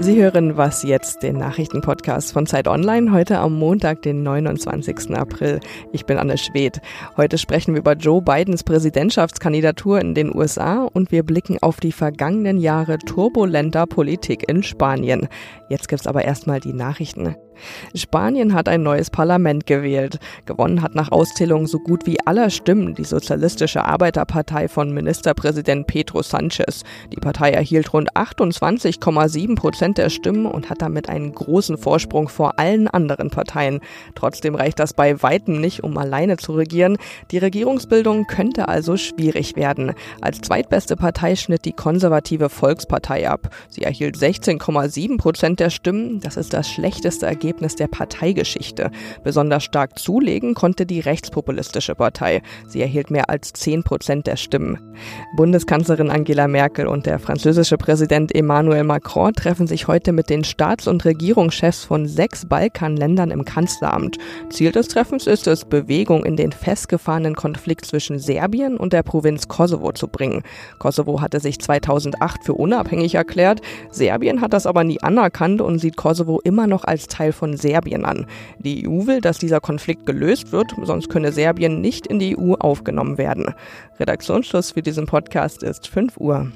Sie hören Was jetzt, den Nachrichtenpodcast von Zeit Online, heute am Montag, den 29. April. Ich bin Anne Schwedt. Heute sprechen wir über Joe Bidens Präsidentschaftskandidatur in den USA und wir blicken auf die vergangenen Jahre turbulenter Politik in Spanien. Jetzt gibt's aber erstmal die Nachrichten. Spanien hat ein neues Parlament gewählt. Gewonnen hat nach Auszählung so gut wie aller Stimmen die Sozialistische Arbeiterpartei von Ministerpräsident Pedro Sánchez. Die Partei erhielt rund 28,7% der Stimmen und hat damit einen großen Vorsprung vor allen anderen Parteien. Trotzdem reicht das bei weitem nicht, um alleine zu regieren. Die Regierungsbildung könnte also schwierig werden. Als zweitbeste Partei schnitt die konservative Volkspartei ab. Sie erhielt 16,7% der Stimmen. Das ist das schlechteste Ergebnis der Parteigeschichte. Besonders stark zulegen konnte die rechtspopulistische Partei. Sie erhielt mehr als 10% der Stimmen. Bundeskanzlerin Angela Merkel und der französische Präsident Emmanuel Macron treffen sich heute mit den Staats- und Regierungschefs von 6 Balkanländern im Kanzleramt. Ziel des Treffens ist es, Bewegung in den festgefahrenen Konflikt zwischen Serbien und der Provinz Kosovo zu bringen. Kosovo hatte sich 2008 für unabhängig erklärt. Serbien hat das aber nie anerkannt und sieht Kosovo immer noch als Teil von Serbien an. Die EU will, dass dieser Konflikt gelöst wird, sonst könne Serbien nicht in die EU aufgenommen werden. Redaktionsschluss für diesen Podcast ist 5 Uhr.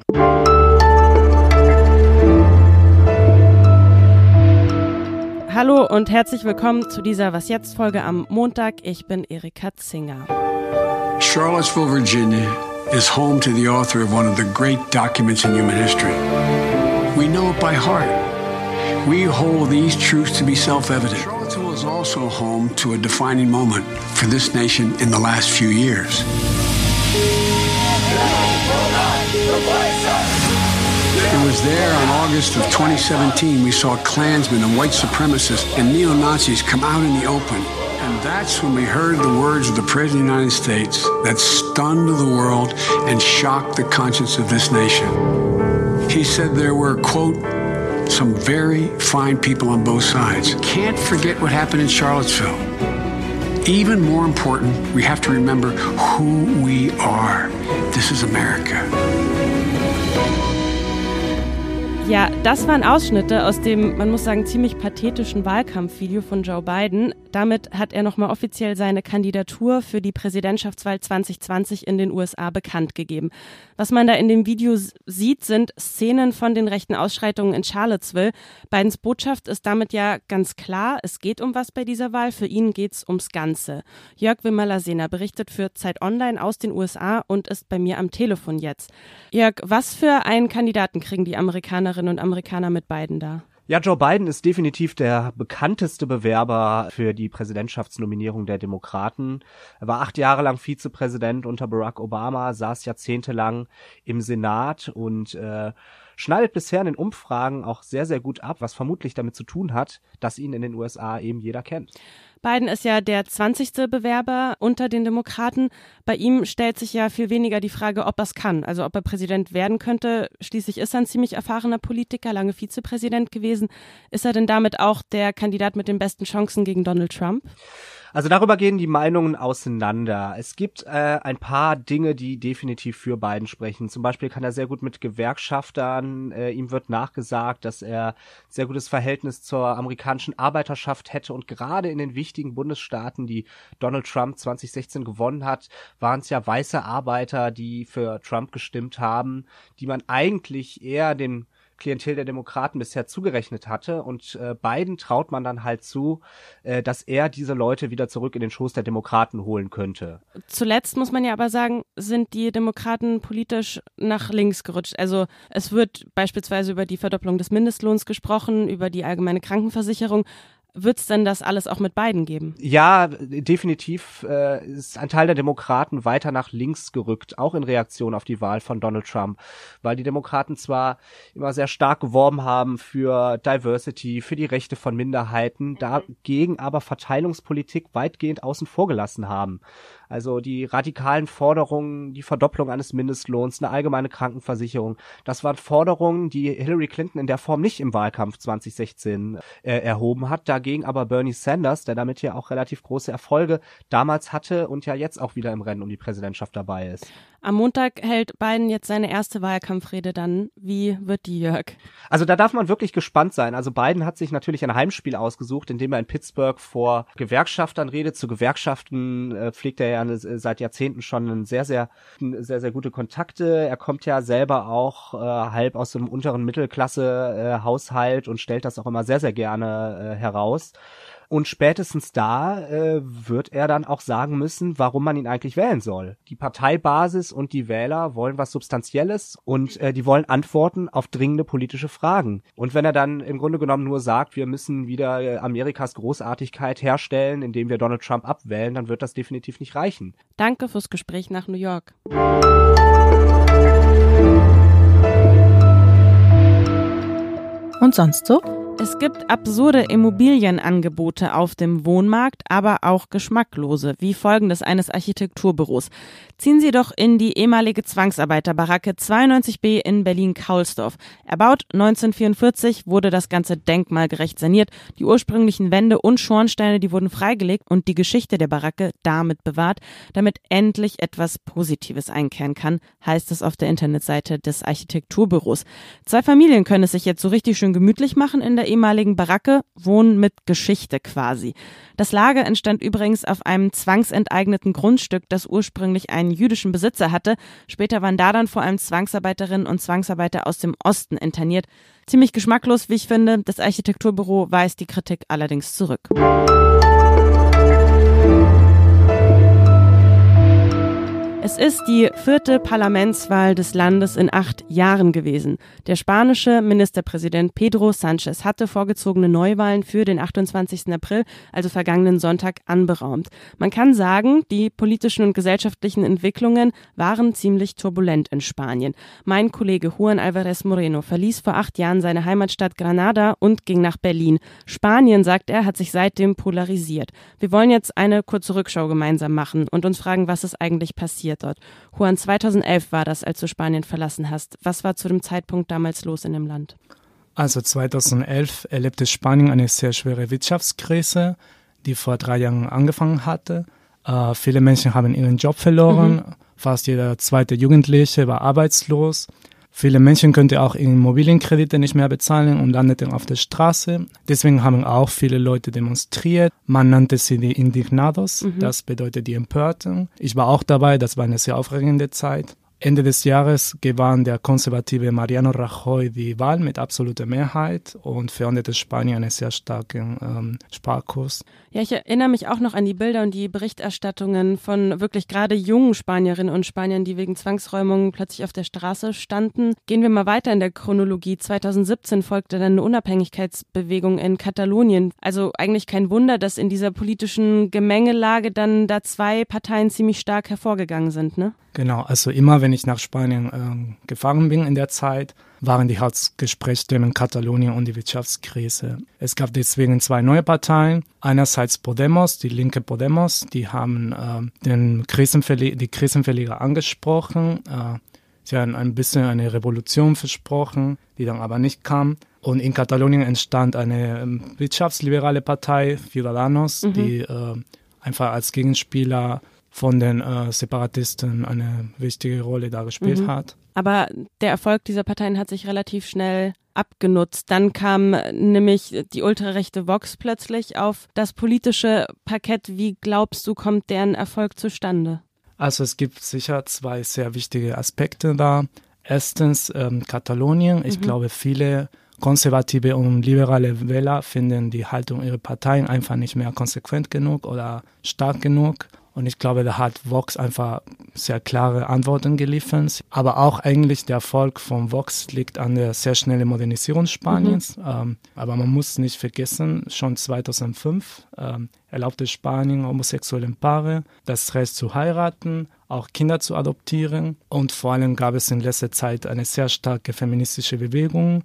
Hallo und herzlich willkommen zu dieser Was jetzt Folge am Montag. Ich bin Erika Zinger. Charlottesville, Virginia is home to the author of one of the great documents in human history. We know it by heart. We hold these truths to be self-evident. Charlottesville is also home to a defining moment for this nation in the last few years. It was there on August of 2017 we saw Klansmen and white supremacists and neo-Nazis come out in the open. And that's when we heard the words of the President of the United States that stunned the world and shocked the conscience of this nation. He said there were, quote, some very fine people on both sides. Can't forget what happened in Charlottesville. Even more important, we have to remember who we are. This is America. Ja, das waren Ausschnitte aus dem, man muss sagen, ziemlich pathetischen Wahlkampfvideo von Joe Biden. Damit hat er nochmal offiziell seine Kandidatur für die Präsidentschaftswahl 2020 in den USA bekannt gegeben. Was man da in dem Video sieht, sind Szenen von den rechten Ausschreitungen in Charlottesville. Bidens Botschaft ist damit ja ganz klar, es geht um was bei dieser Wahl, für ihn geht's ums Ganze. Jörg Wimmerler-Sehner berichtet für Zeit Online aus den USA und ist bei mir am Telefon jetzt. Jörg, was für einen Kandidaten kriegen die Amerikanerinnen und Amerikaner mit Biden da? Ja, Joe Biden ist definitiv der bekannteste Bewerber für die Präsidentschaftsnominierung der Demokraten. Er war 8 Jahre lang Vizepräsident unter Barack Obama, saß jahrzehntelang im Senat und schneidet bisher in den Umfragen auch sehr, sehr gut ab, was vermutlich damit zu tun hat, dass ihn in den USA eben jeder kennt. Biden ist ja der 20. Bewerber unter den Demokraten. Bei ihm stellt sich ja viel weniger die Frage, ob er es kann, also ob er Präsident werden könnte. Schließlich ist er ein ziemlich erfahrener Politiker, lange Vizepräsident gewesen. Ist er denn damit auch der Kandidat mit den besten Chancen gegen Donald Trump? Also darüber gehen die Meinungen auseinander. Es gibt ein paar Dinge, die definitiv für Biden sprechen. Zum Beispiel kann er sehr gut mit Gewerkschaftern. Ihm wird nachgesagt, dass er sehr gutes Verhältnis zur amerikanischen Arbeiterschaft hätte. Und gerade in den wichtigen Bundesstaaten, die Donald Trump 2016 gewonnen hat, waren es ja weiße Arbeiter, die für Trump gestimmt haben, die man eigentlich eher dem Klientel der Demokraten bisher zugerechnet hatte, und Biden traut man dann halt zu, dass er diese Leute wieder zurück in den Schoß der Demokraten holen könnte. Zuletzt muss man ja aber sagen, sind die Demokraten politisch nach links gerutscht. Also es wird beispielsweise über die Verdopplung des Mindestlohns gesprochen, über die allgemeine Krankenversicherung. Wird es denn das alles auch mit Biden geben? Ja, definitiv ist ein Teil der Demokraten weiter nach links gerückt, auch in Reaktion auf die Wahl von Donald Trump, weil die Demokraten zwar immer sehr stark geworben haben für Diversity, für die Rechte von Minderheiten, dagegen aber Verteilungspolitik weitgehend außen vor gelassen haben. Also die radikalen Forderungen, die Verdopplung eines Mindestlohns, eine allgemeine Krankenversicherung, das waren Forderungen, die Hillary Clinton in der Form nicht im Wahlkampf 2016 erhoben hat. Dagegen aber Bernie Sanders, der damit ja auch relativ große Erfolge damals hatte und ja jetzt auch wieder im Rennen um die Präsidentschaft dabei ist. Am Montag hält Biden jetzt seine erste Wahlkampfrede dann. Wie wird die, Jörg? Also da darf man wirklich gespannt sein. Also Biden hat sich natürlich ein Heimspiel ausgesucht, indem er in Pittsburgh vor Gewerkschaftern redet. Zu Gewerkschaften pflegt er ja seit Jahrzehnten schon sehr, sehr gute Kontakte. Er kommt ja selber auch halb aus dem unteren Mittelklasse-Haushalt und stellt das auch immer sehr, sehr gerne heraus. Und spätestens da wird er dann auch sagen müssen, warum man ihn eigentlich wählen soll. Die Parteibasis und die Wähler wollen was Substanzielles und die wollen Antworten auf dringende politische Fragen. Und wenn er dann im Grunde genommen nur sagt, wir müssen wieder Amerikas Großartigkeit herstellen, indem wir Donald Trump abwählen, dann wird das definitiv nicht reichen. Danke fürs Gespräch nach New York. Und sonst so? Es gibt absurde Immobilienangebote auf dem Wohnmarkt, aber auch geschmacklose, wie folgendes eines Architekturbüros. Ziehen Sie doch in die ehemalige Zwangsarbeiterbaracke 92b in Berlin-Kaulsdorf. Erbaut 1944, wurde das Ganze denkmalgerecht saniert. Die ursprünglichen Wände und Schornsteine, die wurden freigelegt und die Geschichte der Baracke damit bewahrt, damit endlich etwas Positives einkehren kann, heißt es auf der Internetseite des Architekturbüros. 2 Familien können es sich jetzt so richtig schön gemütlich machen in der ehemaligen Baracke, wohnen mit Geschichte quasi. Das Lager entstand übrigens auf einem zwangsenteigneten Grundstück, das ursprünglich einen jüdischen Besitzer hatte. Später waren da dann vor allem Zwangsarbeiterinnen und Zwangsarbeiter aus dem Osten interniert. Ziemlich geschmacklos, wie ich finde. Das Architekturbüro weist die Kritik allerdings zurück. Es ist die 4. Parlamentswahl des Landes in 8 Jahren gewesen. Der spanische Ministerpräsident Pedro Sánchez hatte vorgezogene Neuwahlen für den 28. April, also vergangenen Sonntag, anberaumt. Man kann sagen, die politischen und gesellschaftlichen Entwicklungen waren ziemlich turbulent in Spanien. Mein Kollege Juan Álvarez Moreno verließ vor 8 Jahren seine Heimatstadt Granada und ging nach Berlin. Spanien, sagt er, hat sich seitdem polarisiert. Wir wollen jetzt eine kurze Rückschau gemeinsam machen und uns fragen, was ist eigentlich passiert dort. Juan, 2011 war das, als du Spanien verlassen hast. Was war zu dem Zeitpunkt damals los in dem Land? Also 2011 erlebte Spanien eine sehr schwere Wirtschaftskrise, die vor 3 Jahren angefangen hatte. Viele Menschen haben ihren Job verloren. Fast jeder zweite Jugendliche war arbeitslos. Viele Menschen könnten auch ihre Immobilienkredite nicht mehr bezahlen und landeten auf der Straße. Deswegen haben auch viele Leute demonstriert. Man nannte sie die Indignados, das bedeutet die Empörten. Ich war auch dabei, das war eine sehr aufregende Zeit. Ende des Jahres gewann der konservative Mariano Rajoy die Wahl mit absoluter Mehrheit und verordnete Spanien einen sehr starken Sparkurs. Ja, ich erinnere mich auch noch an die Bilder und die Berichterstattungen von wirklich gerade jungen Spanierinnen und Spaniern, die wegen Zwangsräumungen plötzlich auf der Straße standen. Gehen wir mal weiter in der Chronologie. 2017 folgte dann eine Unabhängigkeitsbewegung in Katalonien. Also eigentlich kein Wunder, dass in dieser politischen Gemengelage dann da 2 Parteien ziemlich stark hervorgegangen sind, ne? Genau, also immer wenn ich nach Spanien gefahren bin in der Zeit, waren die Hauptgesprächsthemen Katalonien und die Wirtschaftskrise. Es gab deswegen 2 neue Parteien. Einerseits Podemos, die linke Podemos, die haben die Krisenverleger angesprochen. Sie haben ein bisschen eine Revolution versprochen, die dann aber nicht kam. Und in Katalonien entstand eine wirtschaftsliberale Partei, Ciudadanos, die einfach als Gegenspieler von den Separatisten eine wichtige Rolle da gespielt hat. Aber der Erfolg dieser Parteien hat sich relativ schnell abgenutzt. Dann kam nämlich die ultrarechte Vox plötzlich auf das politische Parkett. Wie glaubst du, kommt deren Erfolg zustande? Also es gibt sicher 2 sehr wichtige Aspekte da. Erstens Katalonien. Ich glaube, viele konservative und liberale Wähler finden die Haltung ihrer Parteien einfach nicht mehr konsequent genug oder stark genug. Und ich glaube, da hat Vox einfach sehr klare Antworten geliefert. Aber auch eigentlich der Erfolg von Vox liegt an der sehr schnellen Modernisierung Spaniens. Aber man muss nicht vergessen, schon 2005 erlaubte Spanien homosexuellen Paare das Recht zu heiraten, auch Kinder zu adoptieren. Und vor allem gab es in letzter Zeit eine sehr starke feministische Bewegung.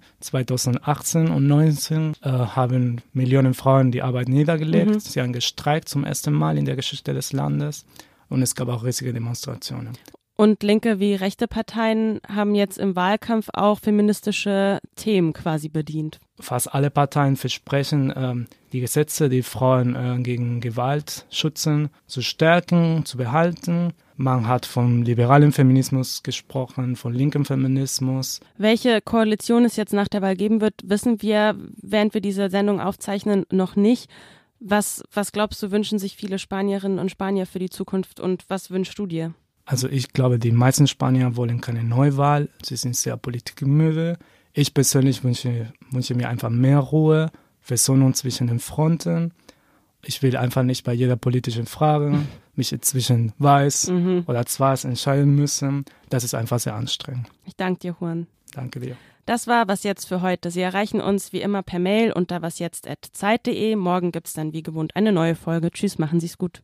2018 und 2019 haben Millionen Frauen die Arbeit niedergelegt. Sie haben gestreikt zum ersten Mal in der Geschichte des Landes. und es gab auch riesige Demonstrationen. Und linke wie rechte Parteien haben jetzt im Wahlkampf auch feministische Themen quasi bedient. Fast alle Parteien versprechen, die Gesetze, die Frauen gegen Gewalt schützen, zu stärken, zu behalten. Man hat vom liberalen Feminismus gesprochen, von linkem Feminismus. Welche Koalition es jetzt nach der Wahl geben wird, wissen wir, während wir diese Sendung aufzeichnen, noch nicht. Was glaubst du, wünschen sich viele Spanierinnen und Spanier für die Zukunft und was wünschst du dir? Also ich glaube, die meisten Spanier wollen keine Neuwahl. Sie sind sehr politikmüde. Ich persönlich wünsche mir einfach mehr Ruhe, Versöhnung zwischen den Fronten. Ich will einfach nicht bei jeder politischen Frage mich zwischen weiß oder schwarz entscheiden müssen. Das ist einfach sehr anstrengend. Ich danke dir, Juan. Danke dir. Das war Was Jetzt für heute. Sie erreichen uns wie immer per Mail unter wasjetzt@zeit.de. Morgen gibt es dann wie gewohnt eine neue Folge. Tschüss, machen Sie es gut.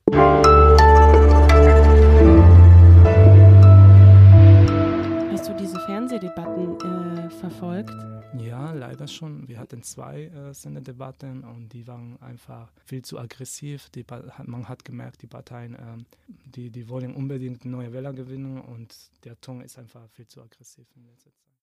Hast du diese Fernsehdebatten verfolgt? Ja, leider schon. Wir hatten 2 Sendedebatten und die waren einfach viel zu aggressiv. Man hat gemerkt, die Parteien, die wollen unbedingt neue Wähler gewinnen und der Ton ist einfach viel zu aggressiv in letzter Zeit.